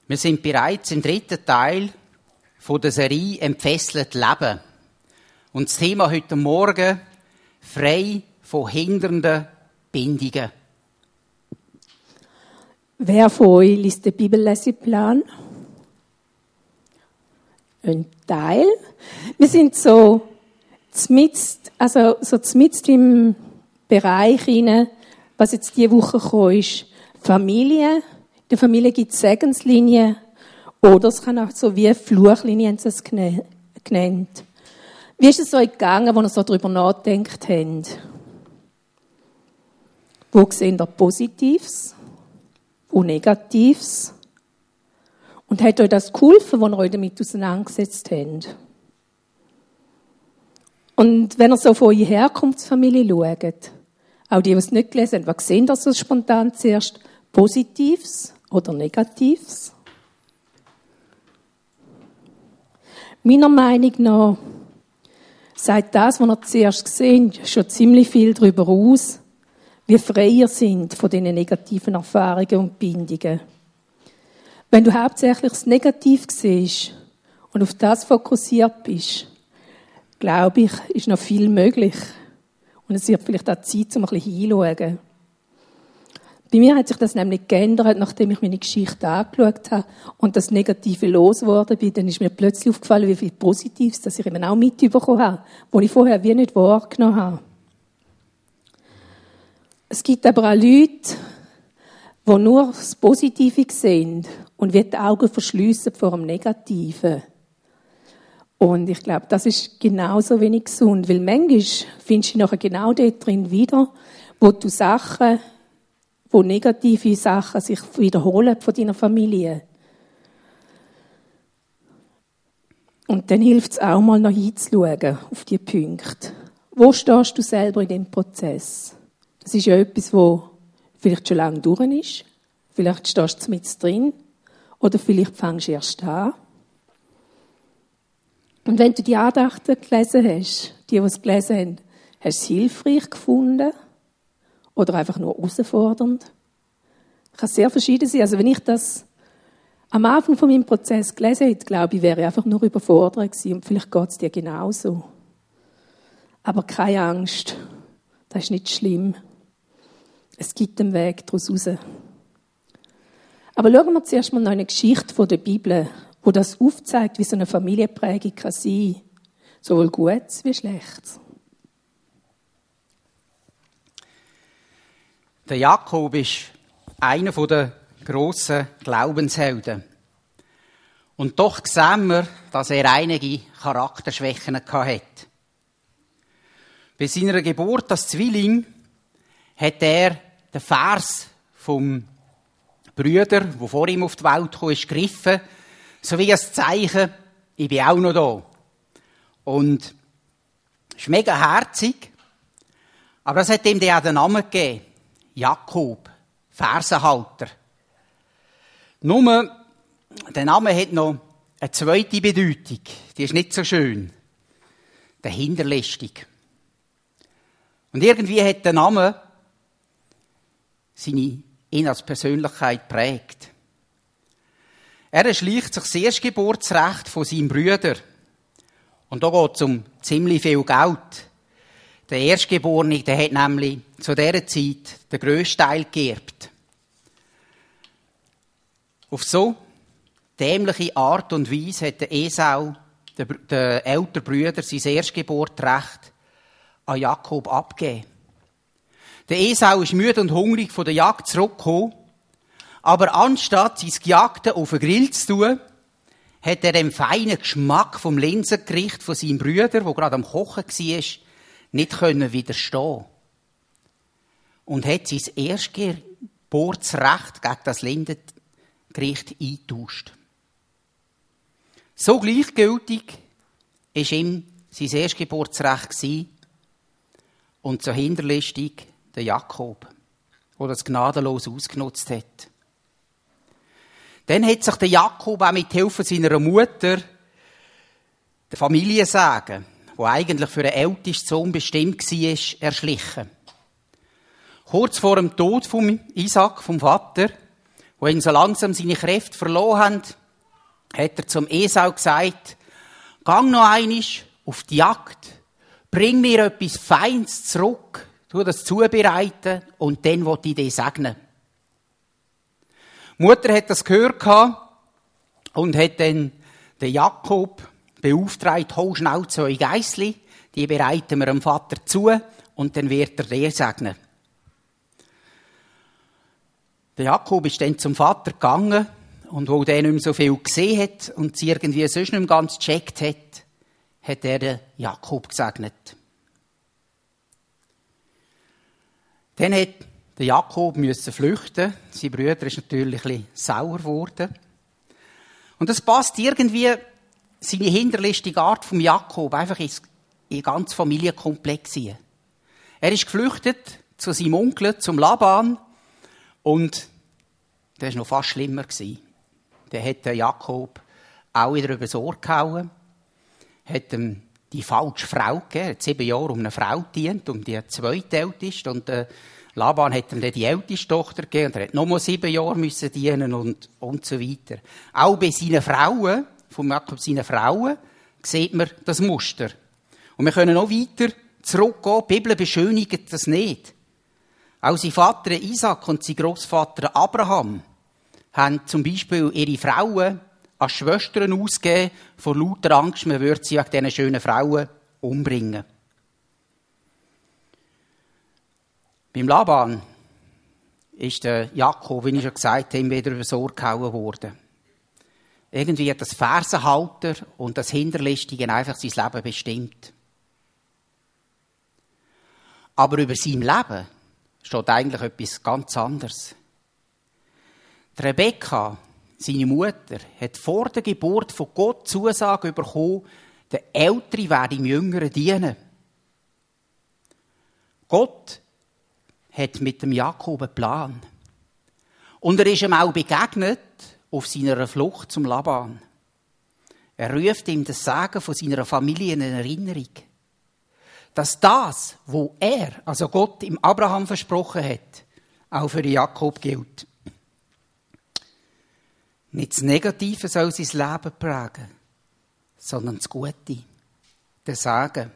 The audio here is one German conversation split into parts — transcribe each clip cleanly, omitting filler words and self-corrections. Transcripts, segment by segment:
Wir sind bereits im 3. Teil von der Serie «Entfesselt Leben». Und das Thema heute Morgen: frei von hindernden Bindungen. Wer von euch liest den Bibelleseplan? Ein Teil. Wir sind so mitten im Bereich hinein, was jetzt diese Woche gekommen ist. Familie. In der Familie gibt es Segenslinien. Oder es kann auch so wie Fluchlinien, haben sie es genannt. Wie ist es euch gegangen, als ihr so darüber nachgedacht habt? Wo seht ihr Positives? Wo Negatives? Und hat euch das geholfen, als ihr euch damit auseinandergesetzt habt? Und wenn ihr so von eurer Herkunftsfamilie schaut, auch die es nicht gelesen haben, was seht ihr so spontan zuerst? Positives oder Negatives? Meiner Meinung nach sagt das, was ihr zuerst gesehen habt, schon ziemlich viel darüber aus, wie frei ihr sind von diesen negativen Erfahrungen und Bindungen. Wenn du hauptsächlich das Negativ siehst und auf das fokussiert bist, glaube ich, ist noch viel möglich. Und es wird vielleicht auch Zeit, um ein bisschen hinzuschauen. Bei mir hat sich das nämlich geändert, nachdem ich meine Geschichte angeschaut habe und das Negative losgeworden bin. Dann ist mir plötzlich aufgefallen, wie viel Positives, das ich eben auch mitbekommen habe, was ich vorher wie nicht wahrgenommen habe. Es gibt aber auch Leute, die nur das Positive sehen und die Augen verschliessen vor dem Negativen. Und ich glaube, das ist genauso wenig gesund, weil manchmal findest du nachher genau dort drin wieder, wo du wo negative Sachen sich wiederholen von deiner Familie. Und dann hilft es auch mal noch hinzuschauen auf diese Punkte. Wo stehst du selber in diesem Prozess? Das ist ja etwas, wo vielleicht schon lange durch ist. Vielleicht stehst du mit drin. Oder vielleicht fängst du erst an. Und wenn du die Andachten gelesen hast, die es gelesen haben, hast du es hilfreich gefunden? Oder einfach nur herausfordernd? Kann sehr verschieden sein. Also wenn ich das am Anfang von meinem Prozess gelesen hätte, glaube ich, wäre ich einfach nur überfordert gewesen. Und vielleicht geht es dir genauso. Aber keine Angst. Das ist nicht schlimm. Es gibt einen Weg daraus raus. Aber schauen wir zuerst mal noch eine Geschichte von der Bibel, wo das aufzeigt, wie so eine Familienprägung kann sein. Sowohl Gutes wie Schlechtes. Der Jakob ist einer der grossen Glaubenshelden. Und doch sehen wir, dass er einige Charakterschwächen hatte. Bei seiner Geburt als Zwilling hat er den Vers vom Brüder, der vor ihm auf die Welt kam, gegriffen, sowie ein Zeichen, ich bin auch noch da. Und es ist mega herzig, aber das hat ihm dann auch den Namen gegeben. Jakob, Fersenhalter. Nur, der Name hat noch eine zweite Bedeutung. Die ist nicht so schön. Der Hinterlistig. Und irgendwie hat der Name ihn als Persönlichkeit prägt. Er erschleicht sich das Erstgeburtsrecht von seinem Bruder. Und da geht es um ziemlich viel Geld. Der Erstgeborene, der hat nämlich zu dieser Zeit den grössten Teil geerbt. Auf so dämliche Art und Weise hat der Esau, der ältere Bruder, sein Erstgeburtsrecht an Jakob abgegeben. Der Esau ist müde und hungrig von der Jagd zurückgekommen, aber anstatt sein Gejagte auf den Grill zu tun, hat er den feinen Geschmack vom Linsengericht von seinem Bruder, der gerade am Kochen war, nicht widerstehen. Und hat sein Erstgeburtsrecht gegen das Lindengericht eingetauscht. So gleichgültig war ihm sein Erstgeburtsrecht und so hinterlistig der Jakob, der das gnadenlos ausgenutzt hat. Dann hat sich der Jakob auch mit Hilfe seiner Mutter der Familiensegen, der eigentlich für den ältesten Sohn bestimmt war, erschlichen. Kurz vor dem Tod von Isaac, vom Vater, wo ihn so langsam seine Kräfte verloren haben, hat er zum Esau gesagt, gang noch einmal auf die Jagd, bring mir etwas Feines zurück, tu das zubereiten und dann will ich dich segnen. Die Mutter hat das gehört und hat dann den Jakob beauftragt, hol schnell 2 Geissli, die bereiten wir dem Vater zu und dann wird er dir segnen. Der Jakob ist dann zum Vater gegangen und wo der nicht mehr so viel gesehen hat und sie irgendwie sonst nicht mehr ganz gecheckt hat, hat er den Jakob gesegnet. Dann hat der Jakob müssen flüchten. Sein Bruder ist natürlich ein bisschen sauer geworden. Und das passt irgendwie seine hinterlistige Art vom Jakob einfach in den ganzen Familienkomplex hier. Er ist geflüchtet zu seinem Onkel, zum Laban. Und das war noch fast schlimmer. Der hat den Jakob auch wieder übers Ohr gehauen, hat ihm die falsche Frau gegeben, er hat 7 Jahre um eine Frau gedient, um die zweitälteste. Und Laban hat ihm dann die älteste Tochter gegeben und er hat nochmal 7 Jahre müssen dienen und so weiter. Auch bei seinen Frauen, von Jakob seinen Frauen, sieht man das Muster. Und wir können noch weiter zurückgehen, die Bibel beschönigt das nicht. Auch sein Vater Isaac und sein Großvater Abraham haben zum Beispiel ihre Frauen als Schwestern ausgegeben, vor lauter Angst, man würde sie wegen diesen schönen Frauen umbringen. Beim Laban ist der Jakob, wie ich schon gesagt habe, wieder übers Ohr gehauen worden. Irgendwie hat das Fersenhalter und das Hinterlistige einfach sein Leben bestimmt. Aber über sein Leben steht eigentlich etwas ganz anderes. Die Rebekka, seine Mutter, hat vor der Geburt von Gott Zusage bekommen, der Ältere werde dem Jüngeren dienen. Gott hat mit dem Jakob einen Plan. Und er ist ihm auch begegnet auf seiner Flucht zum Laban. Er ruft ihm das Sagen von seiner Familie in Erinnerung. Dass das, wo er, also Gott, im Abraham versprochen hat, auch für Jakob gilt. Nicht das Negative soll sein Leben prägen, sondern das Gute, das Sagen.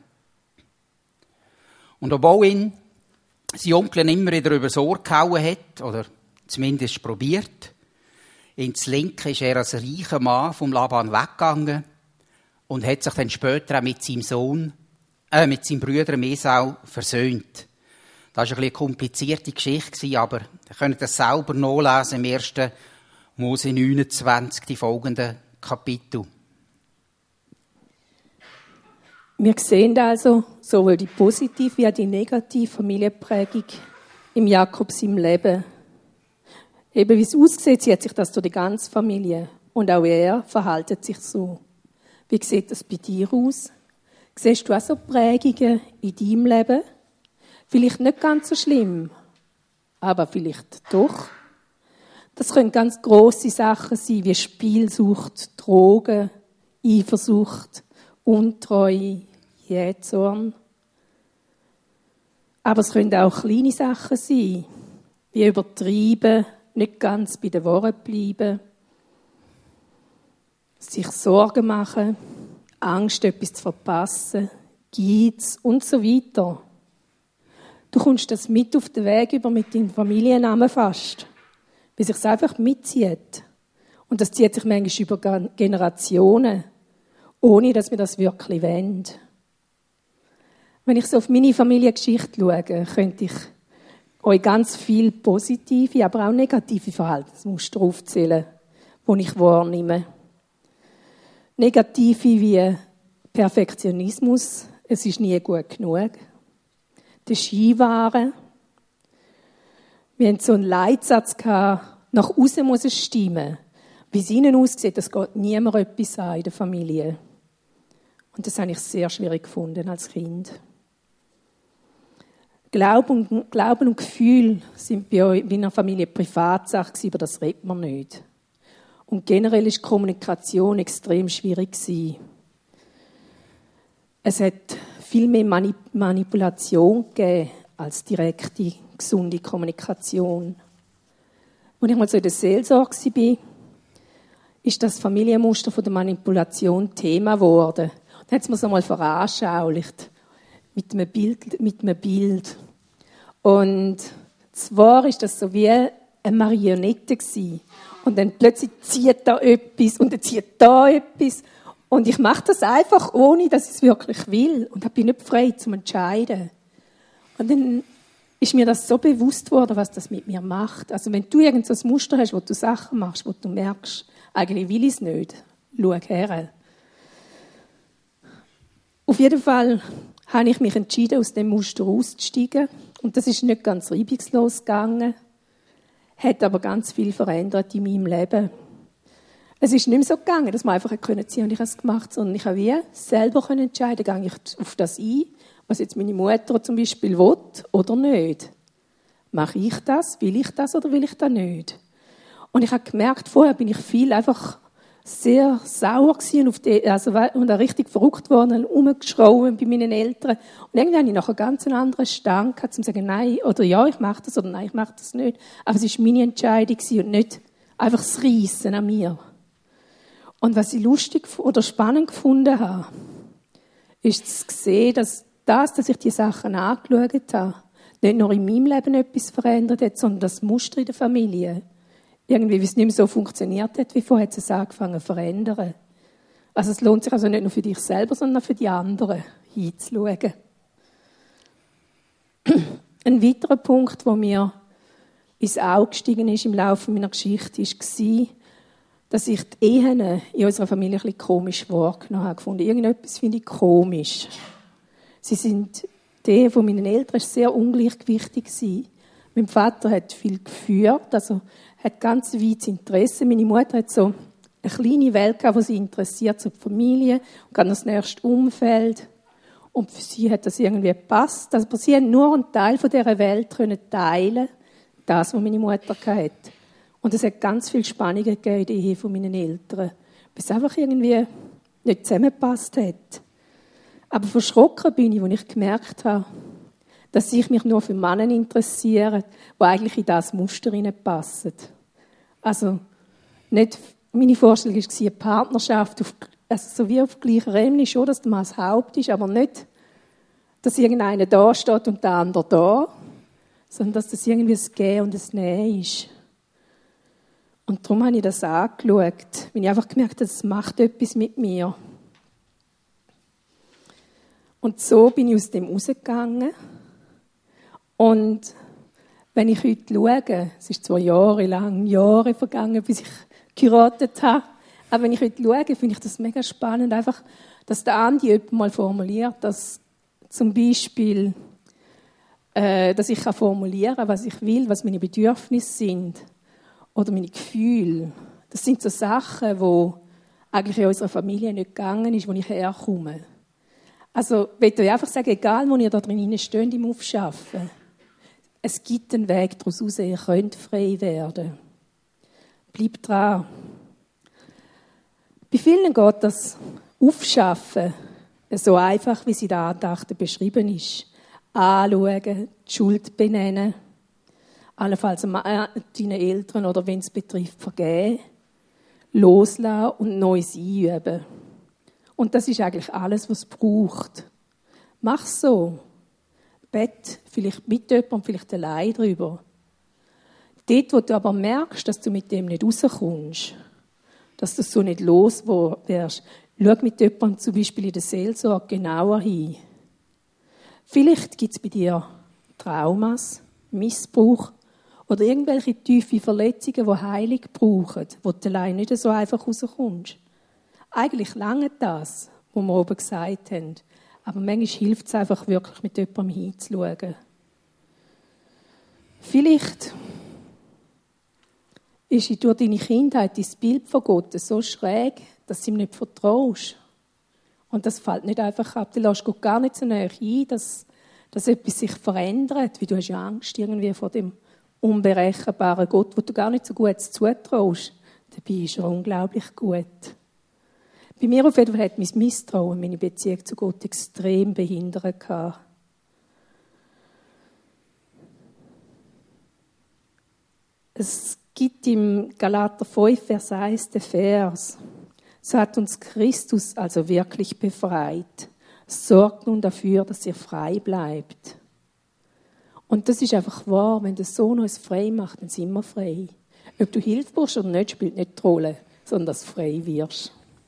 Und obwohl ihn sein Onkel immer wieder übers Ohr gehauen hat, oder zumindest probiert, ins Linke ist er als reicher Mann vom Laban weggegangen und hat sich dann später auch mit seinem Bruder Esau versöhnt. Das war eine komplizierte Geschichte, aber ihr könnt das selber nachlesen im 1. Mose 29, die folgenden Kapitel. Wir sehen also sowohl die positive wie auch die negative Familienprägung im Jakob seinem Leben. Eben wie es aussieht, zieht sich das durch die ganze Familie. Und auch er verhält sich so. Wie sieht das bei dir aus? Siehst du auch so Prägungen in deinem Leben? Vielleicht nicht ganz so schlimm, aber vielleicht doch. Das können ganz grosse Sachen sein, wie Spielsucht, Drogen, Eifersucht, Untreue, Jähzorn. Aber es können auch kleine Sachen sein, wie übertrieben, nicht ganz bei den Worten bleiben, sich Sorgen machen, Angst, etwas zu verpassen, Geiz und so weiter. Du kommst das mit auf den Weg über mit deinem Familiennamen fast, wie sich es einfach mitzieht. Und das zieht sich manchmal über Generationen, ohne dass wir das wirklich wollen. Wenn ich so auf meine Familiengeschichte schaue, könnte ich euch ganz viel positive, aber auch negative Verhaltensmuster aufzählen, die ich wahrnehme. Negative wie Perfektionismus, es ist nie gut genug. Der Skiwaren. Wir hatten so einen Leitsatz gehabt, nach außen muss es stimmen. Wie es innen aussieht, das geht niemand etwas an in der Familie. Und das habe ich sehr schwierig gefunden als Kind. Glauben und Gefühl sind bei euch in einer Familie Privatsache, über das redet man nicht. Und generell ist die Kommunikation extrem schwierig gewesen. Es hat viel mehr Manipulation gegeben als direkte, gesunde Kommunikation. Als ich mal so in der Seelsorge war, ist das Familienmuster von der Manipulation Thema geworden. Dann hat es mir so mal veranschaulicht. Mit einem Bild. Und zwar ist das so wie eine Marionette gewesen. Und dann plötzlich zieht da etwas und dann zieht da etwas. Und ich mache das einfach, ohne dass ich es wirklich will. Und ich bin nicht frei zum Entscheiden. Und dann ist mir das so bewusst worden, was das mit mir macht. Also wenn du irgend so ein Muster hast, wo du Sachen machst, wo du merkst, eigentlich will ich es nicht, schau her. Auf jeden Fall habe ich mich entschieden, aus dem Muster auszusteigen. Und das ist nicht ganz reibungslos gegangen, hat aber ganz viel verändert in meinem Leben. Es ist nicht mehr so gegangen, dass man einfach ziehen konnte und ich habe es gemacht, sondern ich habe wie selber entscheiden, gehe ich auf das ein, was jetzt meine Mutter zum Beispiel will oder nicht. Mache ich das? Will ich das oder will ich das nicht? Und ich habe gemerkt, vorher bin ich viel einfach sehr sauer gewesen und auch richtig verrückt worden, rumgeschrauben bei meinen Eltern. Und irgendwie habe ich nachher ganz einen anderen Stand gehabt, um zu sagen, nein, oder ja, ich mache das, oder nein, ich mache das nicht. Aber es war meine Entscheidung und nicht einfach das Reissen an mir. Und was ich lustig oder spannend gefunden habe, ist zu sehen, dass ich die Sachen angeschaut habe, nicht nur in meinem Leben etwas verändert hat, sondern das Muster in der Familie. Irgendwie, wie es nicht mehr so funktioniert hat wie vorher, hat es angefangen zu verändern. Also es lohnt sich also nicht nur für dich selber, sondern auch für die anderen hinzuschauen. Ein weiterer Punkt, der mir ins Auge gestiegen ist im Laufe meiner Geschichte, war, dass ich die Ehen in unserer Familie ein bisschen komisch wahrgenommen habe. Gefunden, irgendetwas finde ich komisch. Die Ehe von meinen Eltern war sehr ungleichgewichtig. Mein Vater hat viel geführt, also hat ganz weites Interesse. Meine Mutter hat so eine kleine Welt gehabt, die sie interessiert, so die Familie und dann das nächste Umfeld. Und für sie hat das irgendwie gepasst. Also sie haben nur einen Teil von dieser Welt teilen, das, was meine Mutter hatte. Und es hat ganz viel Spannungen gegeben in der Ehe von meinen Eltern, weil es einfach irgendwie nicht zusammengepasst hat. Aber verschrocken bin ich, als ich gemerkt habe, dass ich mich nur für Männer interessiere, die eigentlich in das Muster passen. Also, nicht, meine Vorstellung war eine Partnerschaft, so wie auf gleicher Ebene, schon, dass der Mann das Haupt ist, aber nicht, dass irgendeiner da steht und der andere da, sondern dass das irgendwie ein Gehen und ein Nehmen ist. Und darum habe ich das angeschaut, weil ich einfach gemerkt habe, das macht etwas mit mir. Und so bin ich aus dem rausgegangen. Und wenn ich heute schaue, es ist zwar Jahre vergangen, bis ich geheiratet habe, aber wenn ich heute schaue, finde ich das mega spannend, einfach, dass der Andi jemand mal formuliert, dass zum Beispiel, dass ich formulieren kann, was ich will, was meine Bedürfnisse sind oder meine Gefühle. Das sind so Sachen, die eigentlich in unserer Familie nicht gegangen ist, wo ich herkomme. Also, ich will euch einfach sagen, egal, wo ihr da drin steht im Aufschaffen, es gibt einen Weg daraus raus, ihr könnt frei werden. Bleibt dran. Bei vielen geht das Aufschaffen so einfach, wie es in der Andacht beschrieben ist. Anschauen, die Schuld benennen, allenfalls deinen Eltern oder wenn es betrifft, vergeben, loslassen und Neues einüben. Und das ist eigentlich alles, was es braucht. Mach so. Bett, vielleicht mit jemandem, vielleicht allein drüber. Dort, wo du aber merkst, dass du mit dem nicht rauskommst, dass du so nicht los wärst, schau mit jemandem zum Beispiel in der Seelsorge genauer hin. Vielleicht gibt es bei dir Traumas, Missbrauch oder irgendwelche tiefe Verletzungen, die Heilung brauchen, wo du allein nicht so einfach rauskommst. Eigentlich lange das, was wir oben gesagt haben. Aber manchmal hilft es einfach wirklich, mit jemandem hinzuschauen. Vielleicht ist durch deine Kindheit dein Bild von Gott so schräg, dass du ihm nicht vertraust. Und das fällt nicht einfach ab. Du lässt Gott gar nicht so nahe ein, dass etwas sich verändert. Weil du hast ja Angst irgendwie vor dem unberechenbaren Gott, wo du gar nicht so gut zutraust. Dabei ist er unglaublich gut. Bei mir auf jeden Fall hat mein Misstrauen meine Beziehung zu Gott extrem behindert gehabt. Es gibt im Galater 5, Vers 1 den Vers. So hat uns Christus also wirklich befreit. Sorgt nun dafür, dass ihr frei bleibt. Und das ist einfach wahr, wenn der Sohn uns frei macht, dann sind wir frei. Ob du Hilfe brauchst oder nicht, spielt nicht die Rolle, sondern dass du frei wirst.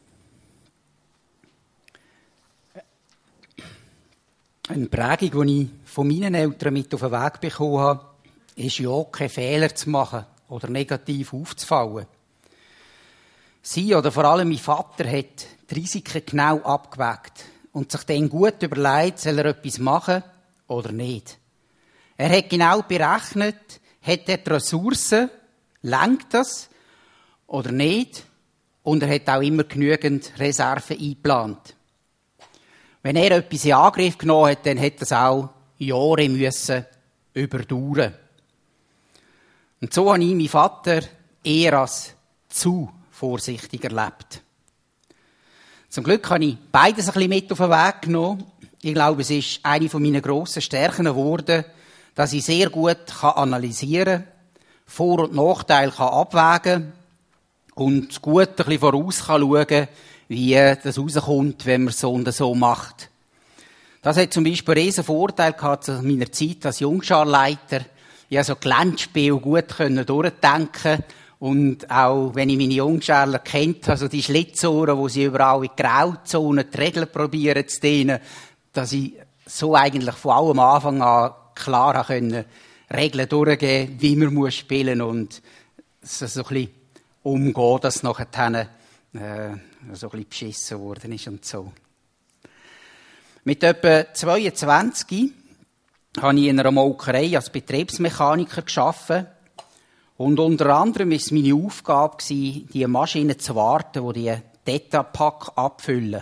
Eine Prägung, die ich von meinen Eltern mit auf den Weg bekommen habe, ist ja, keine Fehler zu machen oder negativ aufzufallen. Sie oder vor allem mein Vater hat die Risiken genau abgewägt und sich dann gut überlegt, soll er etwas machen oder nicht. Er hat genau berechnet, hat er die Ressourcen, lenkt das oder nicht, und er hat auch immer genügend Reserven eingeplant. Wenn er etwas in Angriff genommen hat, dann hat das auch Jahre müssen überdauern. Und so habe ich meinen Vater eher als zu vorsichtig erlebt. Zum Glück habe ich beides ein bisschen mit auf den Weg genommen. Ich glaube, es ist eine meiner grossen Stärken geworden, dass ich sehr gut analysieren kann, Vor- und Nachteile abwägen und gut ein bisschen voraus schauen, wie das rauskommt, wenn man es so und so macht. Das hat zum Beispiel einen riesen Vorteil gehabt zu meiner Zeit als Jungscharleiter. Ich konnte so Glänzspiel gut durchdenken. Und auch, wenn ich meine Jungscharler kennt habe, so die Schlitzohren, wo sie überall in Grauzonen die Regeln probieren zu dehnen, dass ich so eigentlich von allem Anfang an klar können Regeln durchgeben, wie man spielen muss und so ein bisschen umgehen, dass nachher so ein bisschen beschissen worden ist und so. Mit etwa 22 habe ich in einer Molkerei als Betriebsmechaniker gearbeitet. Und unter anderem war es meine Aufgabe, die Maschinen zu warten, die Tetra-Pak abfüllen.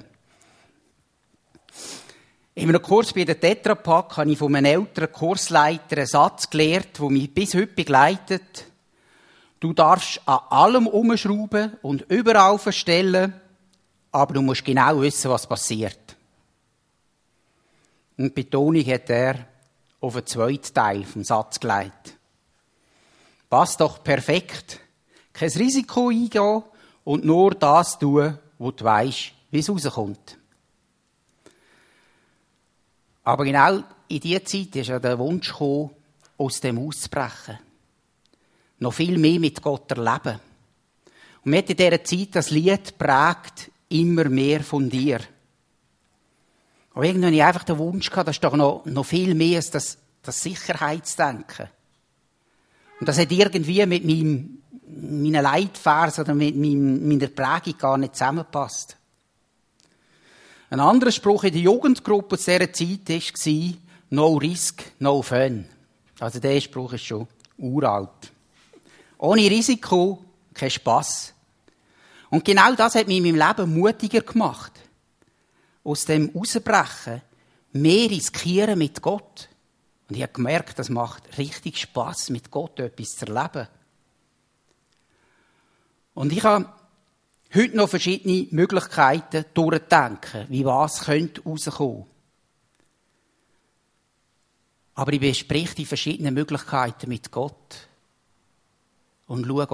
In einem Kurs bei der Tetra-Pak habe ich von meinem älteren Kursleiter einen Satz gelernt, der mich bis heute begleitet. Du darfst an allem umschrauben und überall verstellen, aber du musst genau wissen, was passiert. Und die Betonung hat er auf den zweiten Teil vom Satz gelegt. Passt doch perfekt. Kein Risiko eingehen und nur das tun, wo du weisst, wie es rauskommt. Aber genau in dieser Zeit ist ja der Wunsch gekommen, aus dem auszubrechen. Noch viel mehr mit Gott erleben. Und mir hat in dieser Zeit das Lied prägt, immer mehr von dir. Und irgendwann hatte ich einfach den Wunsch gehabt, das ist doch noch viel mehr als das Sicherheitsdenken. Und das hat irgendwie mit meinen Leitvers oder mit meiner Prägung gar nicht zusammengepasst. Ein anderer Spruch in der Jugendgruppe aus dieser Zeit war, no risk, no fun. Also dieser Spruch ist schon uralt. Ohne Risiko, kein Spass. Und genau das hat mich in meinem Leben mutiger gemacht. Aus dem Rausbrechen, mehr riskieren mit Gott. Und ich habe gemerkt, das macht richtig Spass, mit Gott etwas zu erleben. Und ich habe heute noch verschiedene Möglichkeiten durchdenken, wie was könnte rauskommen. Aber ich bespreche die verschiedenen Möglichkeiten mit Gott und schaue,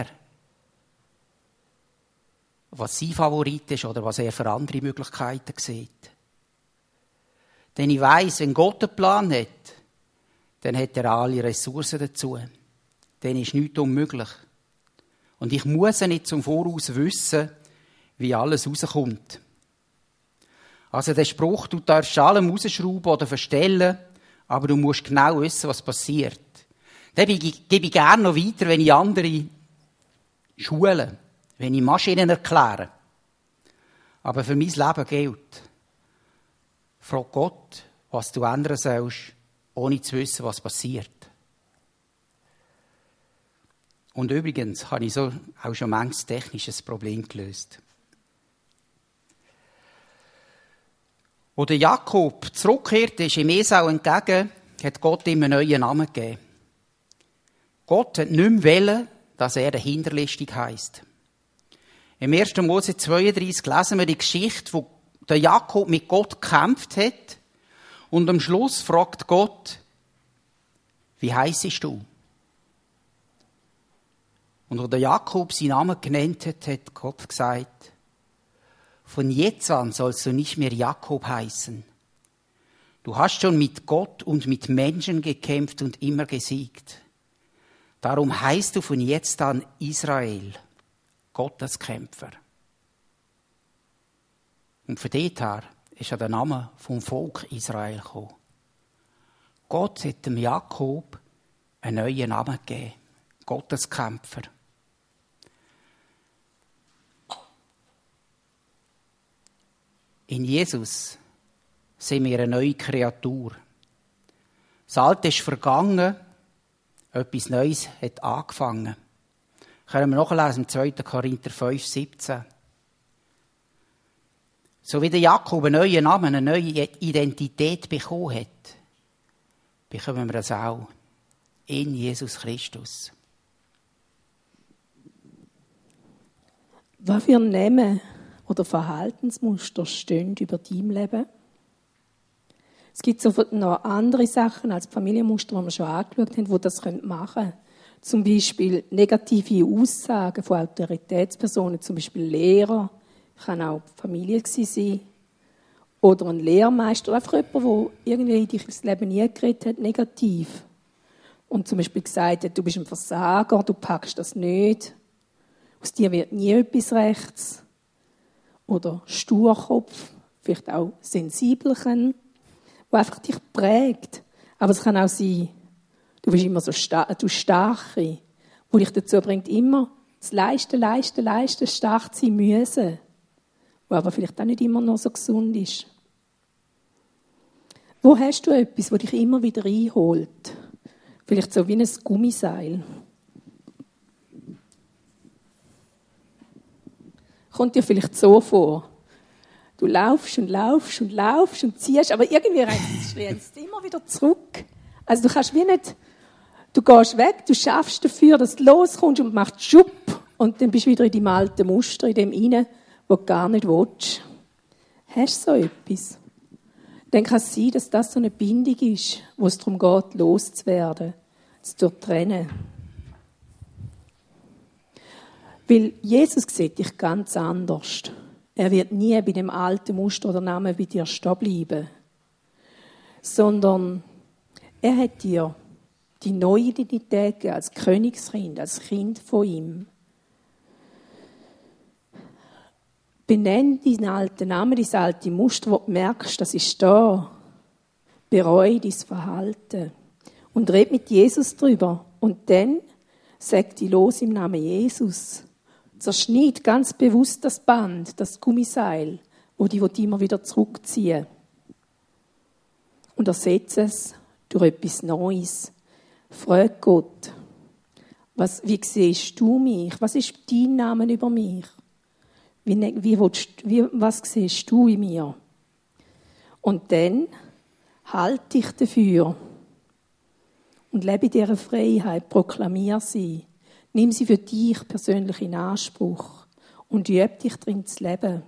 was sein Favorit ist oder was er für andere Möglichkeiten sieht. Denn ich weiss, wenn Gott einen Plan hat, dann hat er alle Ressourcen dazu. Dann ist nichts unmöglich. Und ich muss nicht zum Voraus wissen, wie alles rauskommt. Also der Spruch, du darfst allem rausschrauben oder verstellen, aber du musst genau wissen, was passiert. Den gebe ich gerne noch weiter, wenn ich andere schule, wenn ich Maschinen erkläre. Aber für mein Leben gilt, frag Gott, was du ändern sollst, ohne zu wissen, was passiert. Und übrigens habe ich so auch schon manches technisches Problem gelöst. Als der Jakob zurückkehrte, ist ihm Esau entgegen, hat Gott ihm einen neuen Namen gegeben. Gott hat nicht mehr wollen, dass er hinterlistig heisst. Im 1. Mose 32 lesen wir die Geschichte, wo der Jakob mit Gott gekämpft hat. Und am Schluss fragt Gott, wie heissest du? Und als der Jakob seinen Namen genannt hat, hat Gott gesagt, von jetzt an sollst du nicht mehr Jakob heißen. Du hast schon mit Gott und mit Menschen gekämpft und immer gesiegt. Darum heißt du von jetzt an Israel, Gottes Kämpfer. Und von dort her ist ja der Name vom Volk Israel gekommen. Gott hat dem Jakob einen neuen Namen gegeben. Gottes Kämpfer. In Jesus sind wir eine neue Kreatur. Das Alte ist vergangen, etwas Neues hat angefangen. Können wir nachlesen im 2. Korinther 5, 17. So wie der Jakob einen neuen Namen, eine neue Identität bekommen hat, bekommen wir das auch in Jesus Christus. Was für Namen oder Verhaltensmuster stehen über dein Leben? Es gibt sofort noch andere Sachen als Familienmuster, die wir schon angeschaut haben, die das machen können. Zum Beispiel negative Aussagen von Autoritätspersonen, zum Beispiel Lehrer, kann auch die Familie sein, oder ein Lehrmeister, oder einfach jemand, der irgendwie in dich das Leben nie geredet hat, negativ. Und zum Beispiel gesagt hat, du bist ein Versager, du packst das nicht, aus dir wird nie etwas rechts. Oder Sturkopf, vielleicht auch Sensibelchen, der einfach dich prägt. Aber es kann auch sein, du bist immer so du Starke, wo dich dazu bringt, immer das Leisten, stark sein müssen. Wo aber vielleicht auch nicht immer noch so gesund ist. Wo hast du etwas, das dich immer wieder einholt? Vielleicht so wie ein Gummiseil. Kommt dir vielleicht so vor. Du laufst und ziehst, aber irgendwie rennst du immer wieder zurück. Also du kannst wie nicht, du gehst weg, du schaffst dafür, dass du loskommst und machst Schupp und dann bist du wieder in deinem alten Muster, in dem rein, wo du gar nicht willst. Hast du so etwas? Dann kann es sein, dass das so eine Bindung ist, wo es darum geht, loszuwerden, zu durchtrennen. Weil Jesus sieht dich ganz anders. Er wird nie bei dem alten Muster oder Namen bei dir stehen bleiben. Sondern er hat dir die neue Identität gegeben, als Königskind, als Kind von ihm. Benenn deinen alten Namen, dein alte Muster, wo du merkst, das ist da. Bereue dein Verhalten. Und red mit Jesus drüber. Und dann sag dich los im Namen Jesus. Zerschneid ganz bewusst das Band, das Gummiseil, wo die immer wieder zurückziehen. Und ersetze es durch etwas Neues. Frag Gott, wie siehst du mich? Was ist dein Name über mich? Was siehst du in mir? Und dann halt dich dafür und lebe in dieser Freiheit, proklamier sie. Nimm sie für dich persönlich in Anspruch und übe dich darin zu leben.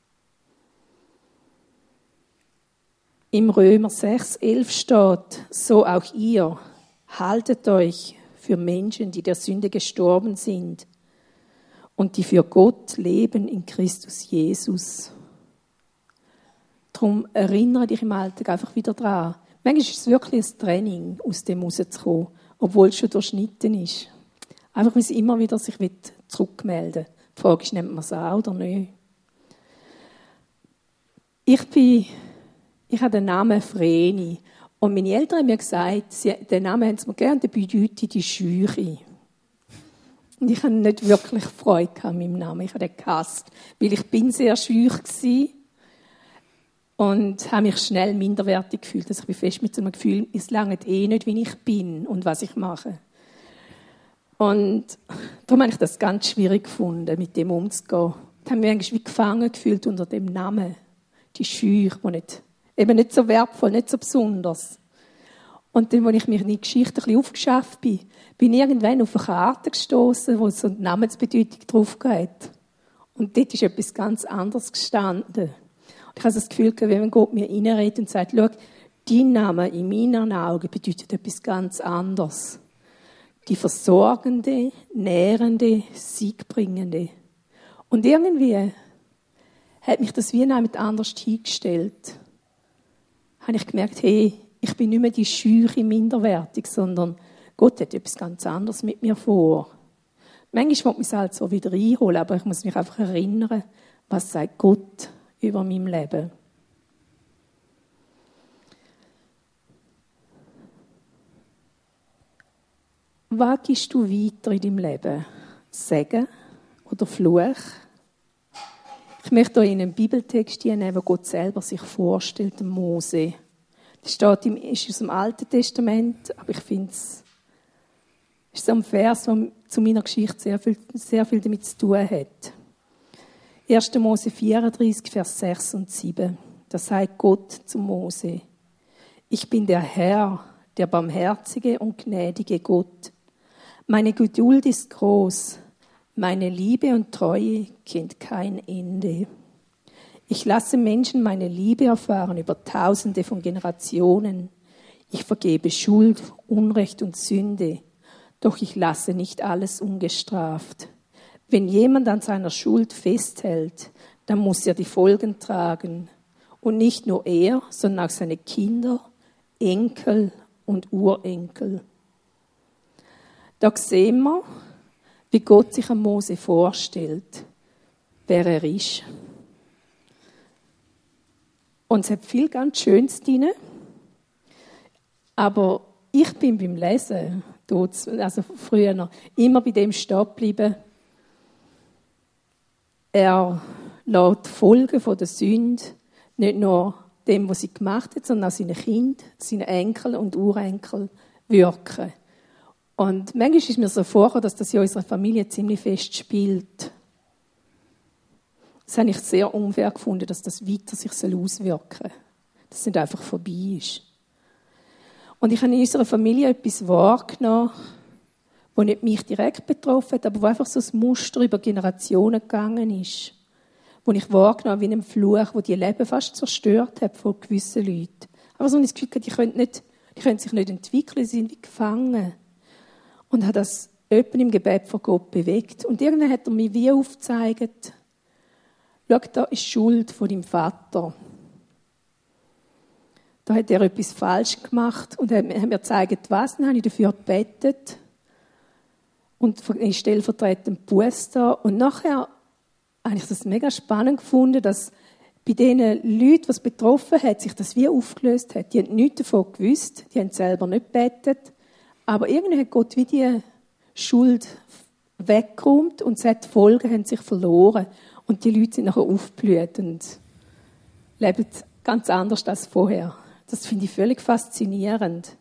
Im Römer 6,11 steht, so auch ihr, haltet euch für Menschen, die der Sünde gestorben sind und die für Gott leben in Christus Jesus. Darum erinnere dich im Alltag einfach wieder daran. Manchmal ist es wirklich ein Training, aus dem rauszukommen, obwohl es schon durchschnitten ist. Einfach, weil es immer wieder sich zurückmelden will. Die Frage ist, nimmt man es an oder nicht? Ich habe den Namen Vreni. Und meine Eltern haben mir gesagt, den Namen haben sie mir gegeben, der bedeutet die Scheuche. Und ich hatte nicht wirklich Freude an meinem Namen. Ich habe den gehasst, weil ich bin sehr scheu war und habe mich schnell minderwertig gefühlt. Also ich bin fest mit so einem Gefühl, es langt nicht, wie ich bin und was ich mache. Und darum habe ich das ganz schwierig gefunden, mit dem umzugehen. Ich habe mich eigentlich wie gefangen gefühlt unter dem Namen. Die Scheuche, die nicht so wertvoll, nicht so besonders. Und dann, als ich mich in die Geschichte ein bisschen aufgeschafft bin ich irgendwann auf eine Karte gestoßen, wo so eine Namensbedeutung drauf geht. Und dort ist etwas ganz anderes gestanden. Und ich habe das Gefühl, wenn Gott mir reinredet und sagt, schau, dein Name in meinen Augen bedeutet etwas ganz anderes. die versorgende, nährende, siegbringende. Und irgendwie hat mich das wie jemand anders hingestellt. Habe ich gemerkt, hey, ich bin nicht mehr die Scheuche minderwertig, sondern Gott hat etwas ganz anderes mit mir vor. Manchmal muss ich es halt so wieder einholen, aber ich muss mich einfach erinnern, was sagt Gott über mein Leben. Was gibst du weiter in deinem Leben? Segen oder Fluch? Ich möchte euch einen Bibeltext nehmen, wo Gott selber sich vorstellt, dem Mose. Das ist aus dem Alten Testament, aber ich finde es ist so ein Vers, der zu meiner Geschichte sehr viel damit zu tun hat. 1. Mose 34, Vers 6 und 7. Da sagt Gott zu Mose: Ich bin der Herr, der barmherzige und gnädige Gott. Meine Geduld ist groß, meine Liebe und Treue kennt kein Ende. Ich lasse Menschen meine Liebe erfahren über Tausende von Generationen. Ich vergebe Schuld, Unrecht und Sünde, doch ich lasse nicht alles ungestraft. Wenn jemand an seiner Schuld festhält, dann muss er die Folgen tragen. Und nicht nur er, sondern auch seine Kinder, Enkel und Urenkel. Da sehen wir, wie Gott sich an Mose vorstellt, wer er ist. Und es hat viel ganz Schönes drin. Aber ich bin beim Lesen, also früher, immer bei dem stehen geblieben. Er lässt die Folgen von der Sünde nicht nur dem, was sie gemacht hat, sondern auch seinen Kindern, seinen Enkeln und Urenkeln wirken. Und manchmal ist mir so vorgekommen, dass das in unserer Familie ziemlich fest spielt. Das habe ich sehr unfair gefunden, dass das weiter sich auswirken soll. Dass es nicht einfach vorbei ist. Und ich habe in unserer Familie etwas wahrgenommen, das nicht mich direkt betroffen hat, aber wo einfach so ein Muster über Generationen gegangen ist. Wo ich wahrgenommen habe, wie ein Fluch, wo die Leben fast zerstört hat von gewissen Leuten. Aber so ein Gefühl, die können sich nicht entwickeln, sie sind wie gefangen. Und hat das öppen im Gebet vor Gott bewegt. Und irgendwann hat er mir wie aufgezeigt: Schau, da ist Schuld von deinem Vater. Da hat er etwas falsch gemacht und hat mir gezeigt, was. Dann habe ich dafür gebetet und stellvertretend Buß da. Und nachher habe ich das mega spannend gefunden, dass bei den Leuten, die es betroffen hat, sich das wie aufgelöst hat. Die haben nichts davon gewusst, die haben selber nicht gebetet. Aber irgendwie hat Gott wie die Schuld weggeräumt und die Folgen haben sich verloren. Und die Leute sind nachher aufgeblüht und leben ganz anders als vorher. Das finde ich völlig faszinierend.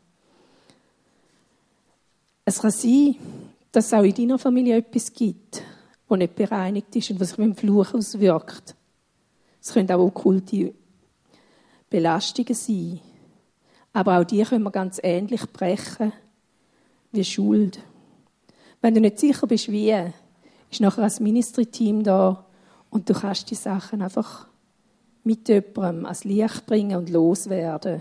Es kann sein, dass es auch in deiner Familie etwas gibt, das nicht bereinigt ist und was sich mit dem Fluch auswirkt. Es können auch okkulte Belastungen sein. Aber auch die können wir ganz ähnlich brechen wie Schuld. Wenn du nicht sicher bist, wie, ist nachher ein Ministry-Team da und du kannst die Sachen einfach mit jemandem ans Licht bringen und loswerden.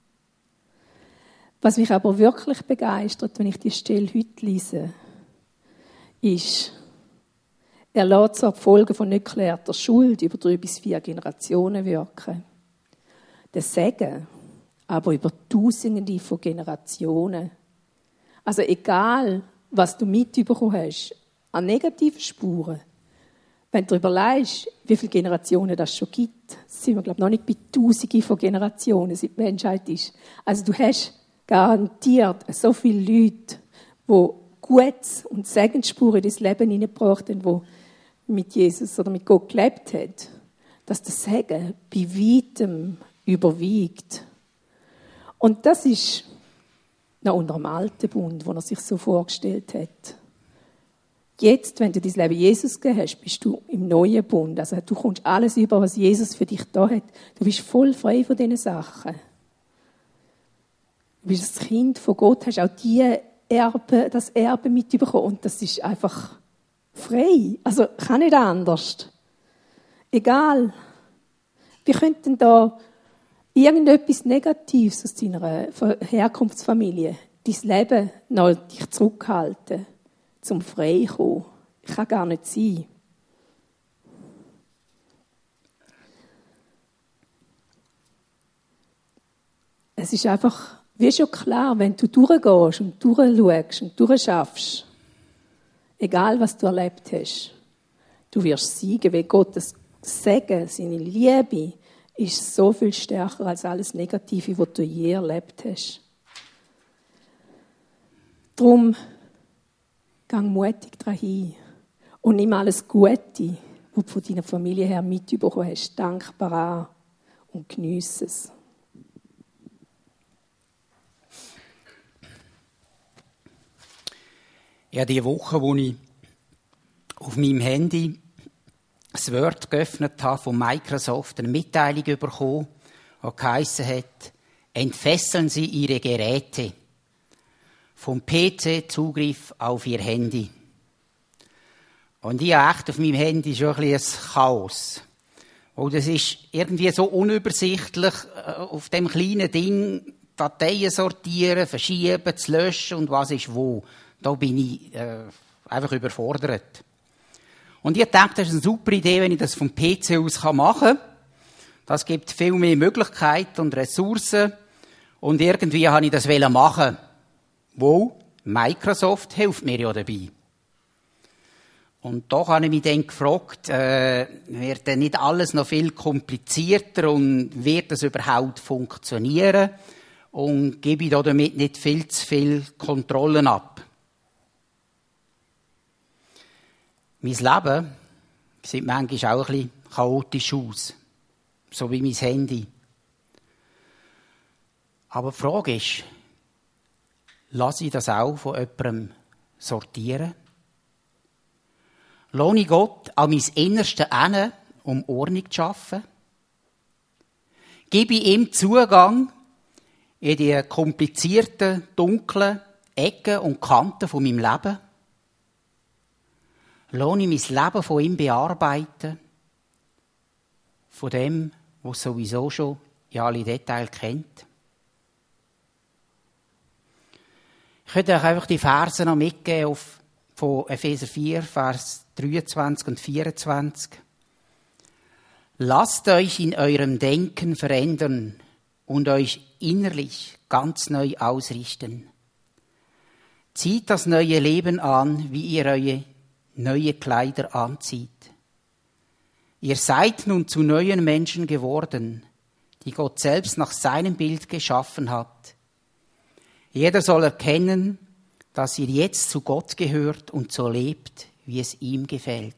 Was mich aber wirklich begeistert, wenn ich die Stelle heute lese, ist, er lässt so die Folgen von nicht geklärter Schuld über 3 bis 4 Generationen wirken. Der Segen aber über Tausende von Generationen. Also egal, was du mitbekommen hast, an negativen Spuren, wenn du darüber leist, wie viele Generationen das schon gibt, sind wir, glaube ich, noch nicht bei Tausenden von Generationen, seit die Menschheit ist. Also du hast garantiert so viele Leute, die Gutes und Segensspuren in dein Leben hineingebracht haben, die mit Jesus oder mit Gott gelebt haben, dass der Segen bei weitem überwiegt. Und das ist noch unter dem alten Bund, den er sich so vorgestellt hat. Jetzt, wenn du dein Leben Jesus gegeben hast, bist du im neuen Bund. Also du kommst alles über, was Jesus für dich da hat. Du bist voll frei von diesen Sachen. Du bist das Kind von Gott, hast auch das Erbe mitbekommen. Und das ist einfach frei. Also kann nicht anders. Egal. Wir könnten da irgendetwas Negatives aus deiner Herkunftsfamilie dein Leben noch dich zurückhalten, zum frei zu kommen. Kann gar nicht sein. Es ist einfach, wie schon klar, wenn du durchgehst und durchschaust und durchschaffst, egal was du erlebt hast, du wirst siegen, weil Gottes Segen, seine Liebe, ist so viel stärker als alles Negative, was du je erlebt hast. Darum, geh mutig daran hin und nimm alles Gute, was du von deiner Familie her mitbekommen hast, dankbar an und geniesse es. Ja, die Woche, wo ich auf meinem Handy das Word geöffnet habe, von Microsoft eine Mitteilung bekommen, die geheissen hat, entfesseln Sie Ihre Geräte. Vom PC Zugriff auf Ihr Handy. Und ich habe echt auf meinem Handy schon ein bisschen ein Chaos. Und das ist irgendwie so unübersichtlich, auf dem kleinen Ding Dateien sortieren, verschieben, zu löschen und was ist wo. Da bin ich einfach überfordert. Und ich dachte, das ist eine super Idee, wenn ich das vom PC aus machen kann. Das gibt viel mehr Möglichkeiten und Ressourcen. Und irgendwie habe ich das machen. Wo? Microsoft hilft mir ja dabei. Und da habe ich mich dann gefragt, wird denn nicht alles noch viel komplizierter und wird das überhaupt funktionieren? Und gebe ich damit nicht viel zu viel Kontrollen ab? Mein Leben sieht manchmal auch ein bisschen chaotisch aus. So wie mein Handy. Aber die Frage ist, lasse ich das auch von jemandem sortieren? Lohne ich Gott an mein Innerste hin, um Ordnung zu schaffen? Gebe ich ihm Zugang in die komplizierten, dunklen Ecken und Kanten von meinem Leben? Lohne ich mein Leben von ihm bearbeiten? Von dem, was sowieso schon in alle Details kennt? Ich könnte euch einfach die Verse noch mitgeben von Epheser 4, Vers 23 und 24. Lasst euch in eurem Denken verändern und euch innerlich ganz neu ausrichten. Zieht das neue Leben an, wie ihr eure neue Kleider anzieht. Ihr seid nun zu neuen Menschen geworden, die Gott selbst nach seinem Bild geschaffen hat. Jeder soll erkennen, dass ihr jetzt zu Gott gehört und so lebt, wie es ihm gefällt.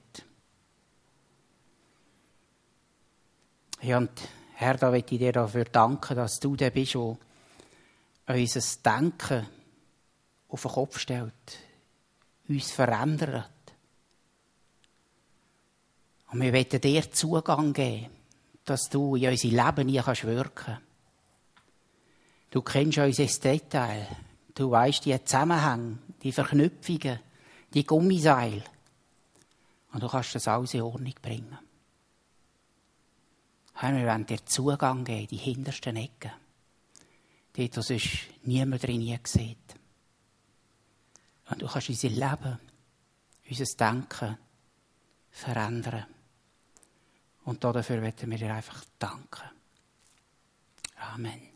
Ja, und Herr, da möchte ich dir dafür danken, dass du der bist, der unser Denken auf den Kopf stellt, uns verändert. Und wir wollen dir Zugang geben, dass du in unser Leben nie wirken kannst. Du kennst unser Detail. Du weisst die Zusammenhänge, die Verknüpfungen, die Gummiseile. Und du kannst das alles in Ordnung bringen. Herr, wir wollen dir Zugang geben, die hintersten Ecken. Dort, wo sonst niemand drin sieht. Und du kannst unser Leben, unser Denken verändern. Und dafür möchten wir dir einfach danken. Amen.